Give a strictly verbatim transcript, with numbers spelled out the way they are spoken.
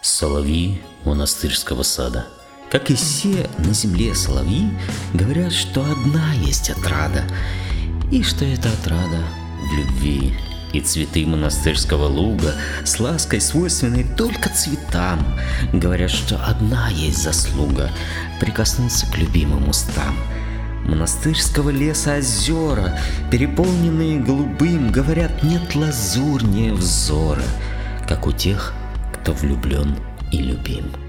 Соловьи монастырского сада. Как и все на земле соловьи, говорят, что одна есть отрада, и что эта отрада в любви. И цветы монастырского луга с лаской, свойственной только цветам, говорят, что одна есть заслуга — прикоснуться к любимым устам. Монастырского леса озера, переполненные голубым, говорят, нет лазурнее взора, как у тех, кто влюблен и любим.